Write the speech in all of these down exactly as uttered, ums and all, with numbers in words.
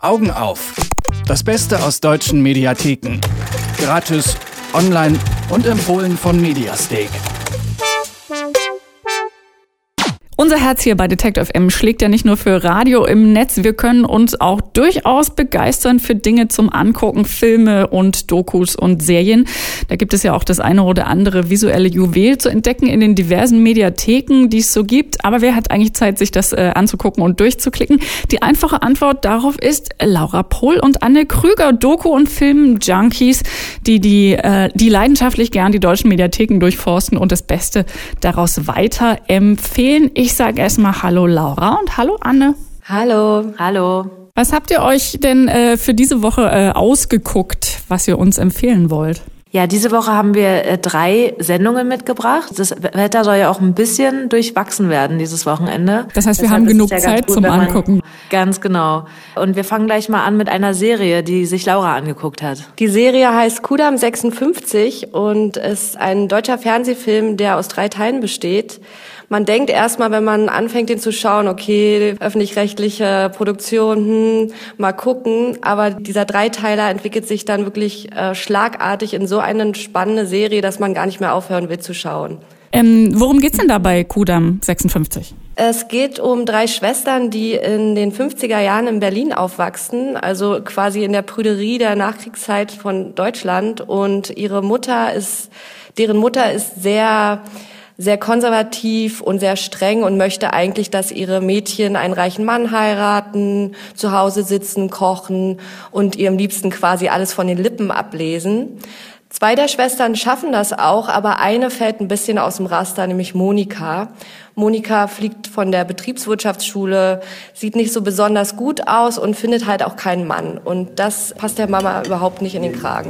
Augen auf. Das Beste aus deutschen Mediatheken. Gratis, online und empfohlen von Mediasteak. Unser Herz hier bei Detektor F M schlägt ja nicht nur für Radio im Netz. Wir können uns auch durchaus begeistern für Dinge zum Angucken, Filme und Dokus und Serien. Da gibt es ja auch das eine oder andere visuelle Juwel zu entdecken in den diversen Mediatheken, die es so gibt. Aber wer hat eigentlich Zeit, sich das äh, anzugucken und durchzuklicken? Die einfache Antwort darauf ist Laura Pohl und Anne Krüger, Doku- und Film-Junkies, die, die, äh, die leidenschaftlich gern die deutschen Mediatheken durchforsten und das Beste daraus weiterempfehlen. Ich sage erstmal Hallo Laura und Hallo Anne. Hallo. Hallo. Was habt ihr euch denn äh, für diese Woche äh, ausgeguckt, was ihr uns empfehlen wollt? Ja, diese Woche haben wir äh, drei Sendungen mitgebracht. Das Wetter soll ja auch ein bisschen durchwachsen werden dieses Wochenende. Das heißt, wir Deshalb haben genug ja Zeit gut, zum Angucken. Ganz genau. Und wir fangen gleich mal an mit einer Serie, die sich Laura angeguckt hat. Die Serie heißt Kudamm sechsundfünfzig und ist ein deutscher Fernsehfilm, der aus drei Teilen besteht. Man denkt erstmal, wenn man anfängt, den zu schauen, okay, öffentlich-rechtliche Produktion, hm, mal gucken. Aber dieser Dreiteiler entwickelt sich dann wirklich äh, schlagartig in so eine spannende Serie, dass man gar nicht mehr aufhören will zu schauen. Ähm, worum geht's denn da bei Kudamm sechsundfünfzig? Es geht um drei Schwestern, die in den fünfziger Jahren in Berlin aufwachsen, also quasi in der Prüderie der Nachkriegszeit von Deutschland. Und ihre Mutter ist, deren Mutter ist sehr... sehr konservativ und sehr streng und möchte eigentlich, dass ihre Mädchen einen reichen Mann heiraten, zu Hause sitzen, kochen und ihrem Liebsten quasi alles von den Lippen ablesen. Zwei der Schwestern schaffen das auch, aber eine fällt ein bisschen aus dem Raster, nämlich Monika. Monika fliegt von der Betriebswirtschaftsschule, sieht nicht so besonders gut aus und findet halt auch keinen Mann. Und das passt der Mama überhaupt nicht in den Kragen.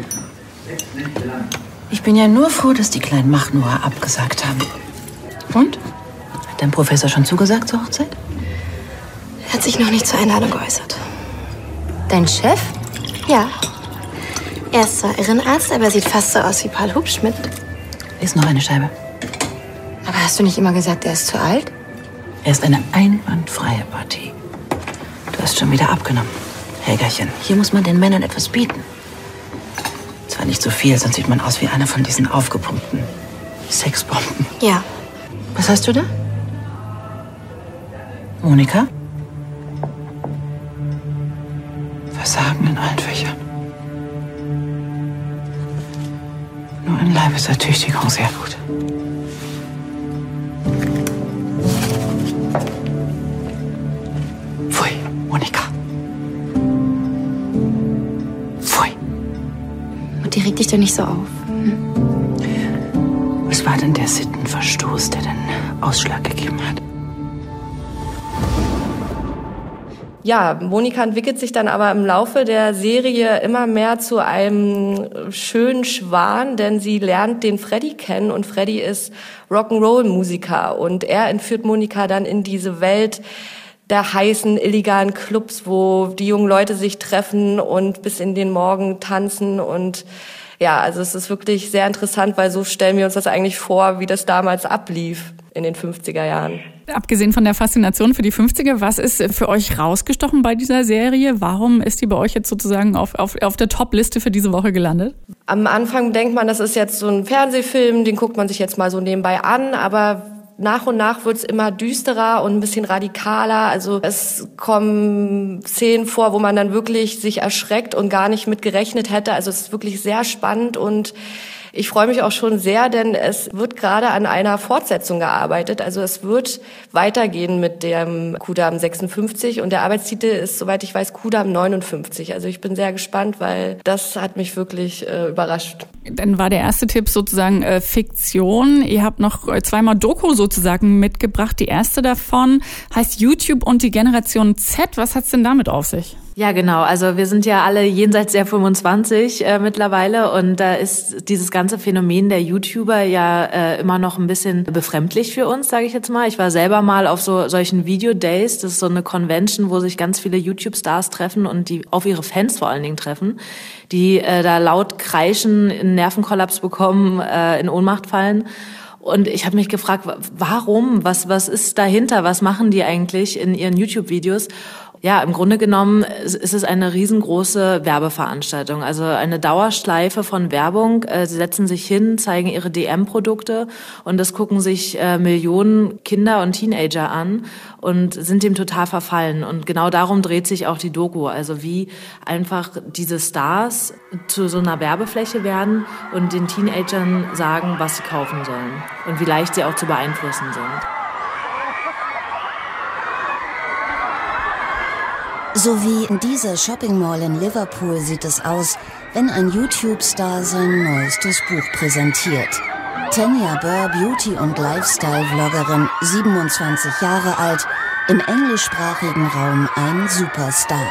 Ich bin ja nur froh, dass die kleinen Machnoer abgesagt haben. Und? Hat dein Professor schon zugesagt zur Hochzeit? Er hat sich noch nicht zur Einladung geäußert. Dein Chef? Ja. Er ist zwar Irrenarzt, aber sieht fast so aus wie Paul Hubschmidt. Ist noch eine Scheibe. Aber hast du nicht immer gesagt, er ist zu alt? Er ist eine einwandfreie Partie. Du hast schon wieder abgenommen. Helgerchen, hier muss man den Männern etwas bieten. Zwar nicht so viel, sonst sieht man aus wie einer von diesen aufgepumpten Sexbomben. Ja. Was hast du da? Monika? Versagen in allen Fächern. Nur in Leibesertüchtigung sehr gut. Pfui, Monika. Die regt dich doch nicht so auf. Hm? Was war denn der Sittenverstoß, der den Ausschlag gegeben hat? Ja, Monika entwickelt sich dann aber im Laufe der Serie immer mehr zu einem schönen Schwan, denn sie lernt den Freddy kennen und Freddy ist Rock'n'Roll-Musiker und er entführt Monika dann in diese Welt der heißen, illegalen Clubs, wo die jungen Leute sich treffen und bis in den Morgen tanzen. Und ja, also es ist wirklich sehr interessant, weil so stellen wir uns das eigentlich vor, wie das damals ablief in den fünfziger Jahren. Abgesehen von der Faszination für die fünfziger, was ist für euch rausgestochen bei dieser Serie? Warum ist die bei euch jetzt sozusagen auf, auf, auf der Top-Liste für diese Woche gelandet? Am Anfang denkt man, das ist jetzt so ein Fernsehfilm, den guckt man sich jetzt mal so nebenbei an, aber nach und nach wird's immer düsterer und ein bisschen radikaler. Also es kommen Szenen vor, wo man dann wirklich sich erschreckt und gar nicht mit gerechnet hätte. Also es ist wirklich sehr spannend und ich freue mich auch schon sehr, denn es wird gerade an einer Fortsetzung gearbeitet. Also es wird weitergehen mit dem Kudamm sechsundfünfzig und der Arbeitstitel ist, soweit ich weiß, Kudamm neunundfünfzig. Also ich bin sehr gespannt, weil das hat mich wirklich äh, überrascht. Dann war der erste Tipp sozusagen äh, Fiktion. Ihr habt noch zweimal Doku sozusagen mitgebracht. Die erste davon heißt YouTube und die Generation Z. Was hat's denn damit auf sich? Ja, genau. Also wir sind ja alle jenseits der fünfundzwanzig äh, mittlerweile und da ist dieses ganze Phänomen der YouTuber ja äh, immer noch ein bisschen befremdlich für uns, sage ich jetzt mal. Ich war selber mal auf so solchen Video-Days. Das ist so eine Convention, wo sich ganz viele YouTube-Stars treffen und die auf ihre Fans vor allen Dingen treffen, die äh, da laut kreischen, einen Nervenkollaps bekommen, äh, in Ohnmacht fallen. Und ich habe mich gefragt, warum? Was was ist dahinter? Was machen die eigentlich in ihren YouTube-Videos? Ja, im Grunde genommen ist es eine riesengroße Werbeveranstaltung, also eine Dauerschleife von Werbung. Sie setzen sich hin, zeigen ihre D M-Produkte und das gucken sich äh, Millionen Kinder und Teenager an und sind dem total verfallen. Und genau darum dreht sich auch die Doku, also wie einfach diese Stars zu so einer Werbefläche werden und den Teenagern sagen, was sie kaufen sollen und wie leicht sie auch zu beeinflussen sind. So wie in dieser Shopping Mall in Liverpool sieht es aus, wenn ein YouTube-Star sein neuestes Buch präsentiert. Tanya Burr, Beauty- und Lifestyle-Vloggerin, siebenundzwanzig Jahre alt, im englischsprachigen Raum ein Superstar.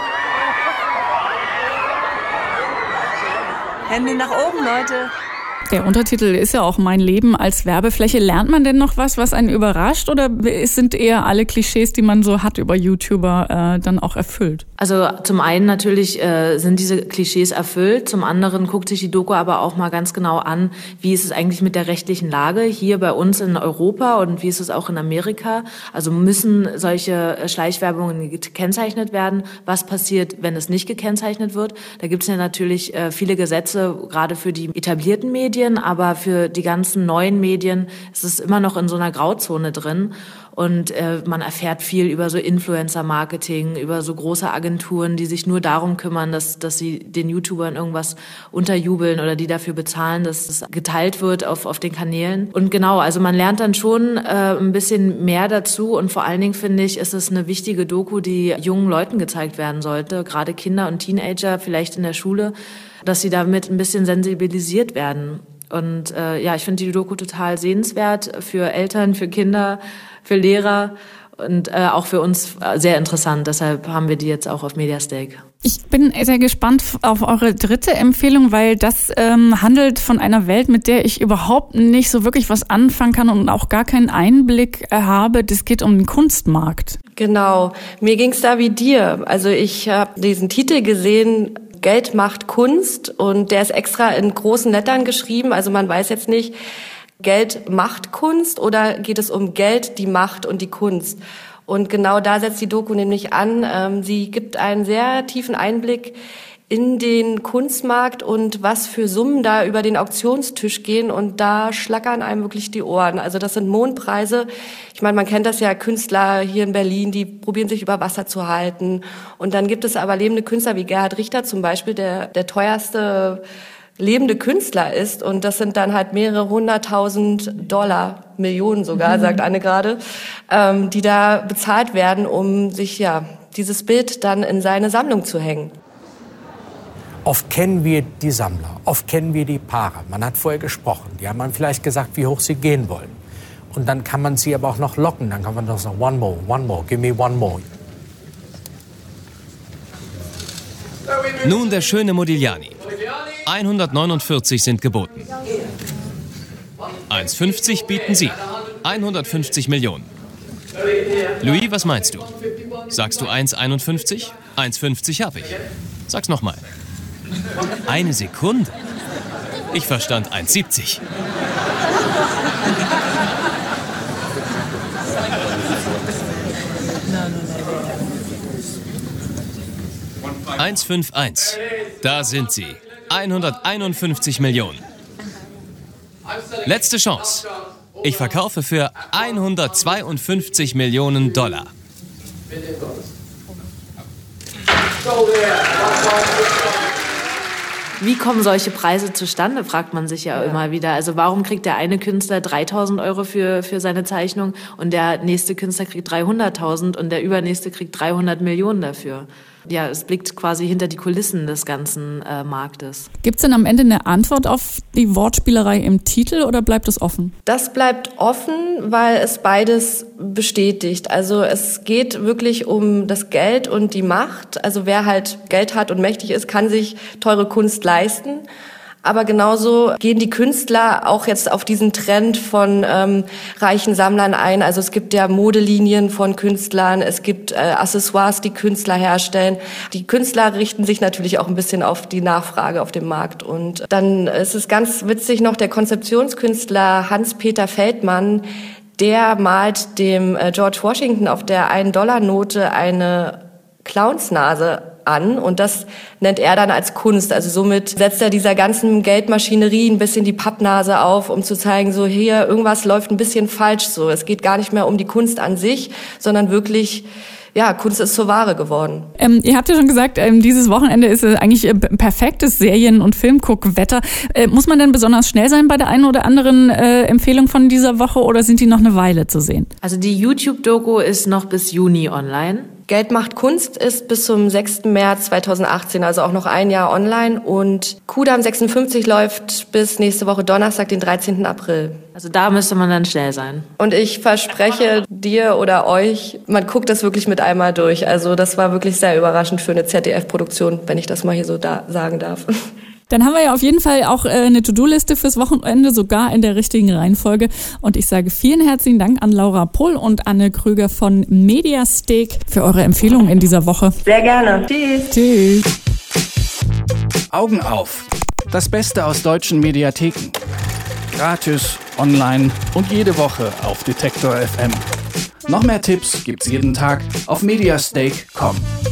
Hände nach oben, Leute. Der Untertitel ist ja auch Mein Leben als Werbefläche. Lernt man denn noch was, was einen überrascht, oder sind eher alle Klischees, die man so hat über YouTuber, äh, dann auch erfüllt? Also zum einen natürlich äh, sind diese Klischees erfüllt, zum anderen guckt sich die Doku aber auch mal ganz genau an, wie ist es eigentlich mit der rechtlichen Lage hier bei uns in Europa und wie ist es auch in Amerika. Also müssen solche Schleichwerbungen gekennzeichnet werden? Was passiert, wenn es nicht gekennzeichnet wird? Da gibt es ja natürlich äh, viele Gesetze, gerade für die etablierten Medien, aber für die ganzen neuen Medien ist es immer noch in so einer Grauzone drin. Und äh, man erfährt viel über so Influencer-Marketing, über so große Agenturen, die sich nur darum kümmern, dass, dass sie den YouTubern irgendwas unterjubeln oder die dafür bezahlen, dass es geteilt wird auf, auf den Kanälen. Und genau, also man lernt dann schon äh, ein bisschen mehr dazu. Und vor allen Dingen, finde ich, ist es eine wichtige Doku, die jungen Leuten gezeigt werden sollte, gerade Kinder und Teenager, vielleicht in der Schule, dass sie damit ein bisschen sensibilisiert werden. Und äh, ja, ich finde die Doku total sehenswert für Eltern, für Kinder, für Lehrer und äh, auch für uns sehr interessant. Deshalb haben wir die jetzt auch auf Mediasteak. Ich bin sehr gespannt auf eure dritte Empfehlung, weil das ähm, handelt von einer Welt, mit der ich überhaupt nicht so wirklich was anfangen kann und auch gar keinen Einblick äh, habe. Das geht um den Kunstmarkt. Genau, mir ging's da wie dir. Also ich habe diesen Titel gesehen, Geld macht Kunst, und der ist extra in großen Lettern geschrieben. Also man weiß jetzt nicht, Geld macht Kunst oder geht es um Geld, die Macht und die Kunst. Und genau da setzt die Doku nämlich an. Ähm, sie gibt einen sehr tiefen Einblick in den Kunstmarkt und was für Summen da über den Auktionstisch gehen, und da schlackern einem wirklich die Ohren. Also das sind Mondpreise. Ich meine, man kennt das ja, Künstler hier in Berlin, die probieren sich über Wasser zu halten. Und dann gibt es aber lebende Künstler wie Gerhard Richter zum Beispiel, der der teuerste lebende Künstler ist, und das sind dann halt mehrere hunderttausend Dollar, Millionen sogar, mhm. sagt Anne gerade, ähm, die da bezahlt werden, um sich ja dieses Bild dann in seine Sammlung zu hängen. Oft kennen wir die Sammler, oft kennen wir die Paare. Man hat vorher gesprochen, die haben dann vielleicht gesagt, wie hoch sie gehen wollen. Und dann kann man sie aber auch noch locken, dann kann man doch sagen, one more, one more, give me one more. Nun der schöne Modigliani. hundertneunundvierzig sind geboten. eins fünfzig bieten Sie. hundertfünfzig Millionen. Louis, was meinst du? Sagst du eins einundfünfzig? eins fünfzig habe ich. Sag's nochmal. Eine Sekunde? Ich verstand eins siebzig. eins fünf eins. Da sind sie. hunderteinundfünfzig Millionen. Letzte Chance. Ich verkaufe für hundertzweiundfünfzig Millionen Dollar. Wie kommen solche Preise zustande, fragt man sich ja, ja immer wieder. Also warum kriegt der eine Künstler dreitausend Euro für, für seine Zeichnung und der nächste Künstler kriegt dreihunderttausend und der übernächste kriegt dreihundert Millionen dafür? Ja, es blickt quasi hinter die Kulissen des ganzen äh, Marktes. Gibt's denn am Ende eine Antwort auf die Wortspielerei im Titel oder bleibt es offen? Das bleibt offen, weil es beides bestätigt. Also es geht wirklich um das Geld und die Macht. Also wer halt Geld hat und mächtig ist, kann sich teure Kunst leisten. Aber genauso gehen die Künstler auch jetzt auf diesen Trend von ähm, reichen Sammlern ein. Also es gibt ja Modelinien von Künstlern, es gibt äh, Accessoires, die Künstler herstellen. Die Künstler richten sich natürlich auch ein bisschen auf die Nachfrage auf dem Markt. Und dann ist es ganz witzig noch, der Konzeptionskünstler Hans-Peter Feldmann, der malt dem äh, George Washington auf der ein Dollar Note eine Clownsnase an und das nennt er dann als Kunst. Also somit setzt er dieser ganzen Geldmaschinerie ein bisschen die Pappnase auf, um zu zeigen, so hier, irgendwas läuft ein bisschen falsch so. Es geht gar nicht mehr um die Kunst an sich, sondern wirklich, ja, Kunst ist zur Ware geworden. Ähm, ihr habt ja schon gesagt, ähm, dieses Wochenende ist äh, eigentlich äh, perfektes Serien- und Filmguckwetter. Äh, muss man denn besonders schnell sein bei der einen oder anderen äh, Empfehlung von dieser Woche oder sind die noch eine Weile zu sehen? Also die YouTube-Doku ist noch bis Juni online. Geld macht Kunst ist bis zum sechsten März zweitausendachtzehn, also auch noch ein Jahr online. Und Kudam sechsundfünfzig läuft bis nächste Woche Donnerstag, den dreizehnten April. Also da müsste man dann schnell sein. Und ich verspreche dir oder euch, man guckt das wirklich mit einmal durch. Also das war wirklich sehr überraschend für eine Z D F-Produktion, wenn ich das mal hier so da sagen darf. Dann haben wir ja auf jeden Fall auch eine To-Do-Liste fürs Wochenende, sogar in der richtigen Reihenfolge. Und ich sage vielen herzlichen Dank an Laura Pohl und Anne Krüger von Mediasteak für eure Empfehlungen in dieser Woche. Sehr gerne. Tschüss. Tschüss. Augen auf. Das Beste aus deutschen Mediatheken. Gratis, online und jede Woche auf Detektor F M. Noch mehr Tipps gibt's jeden Tag auf mediastake punkt com.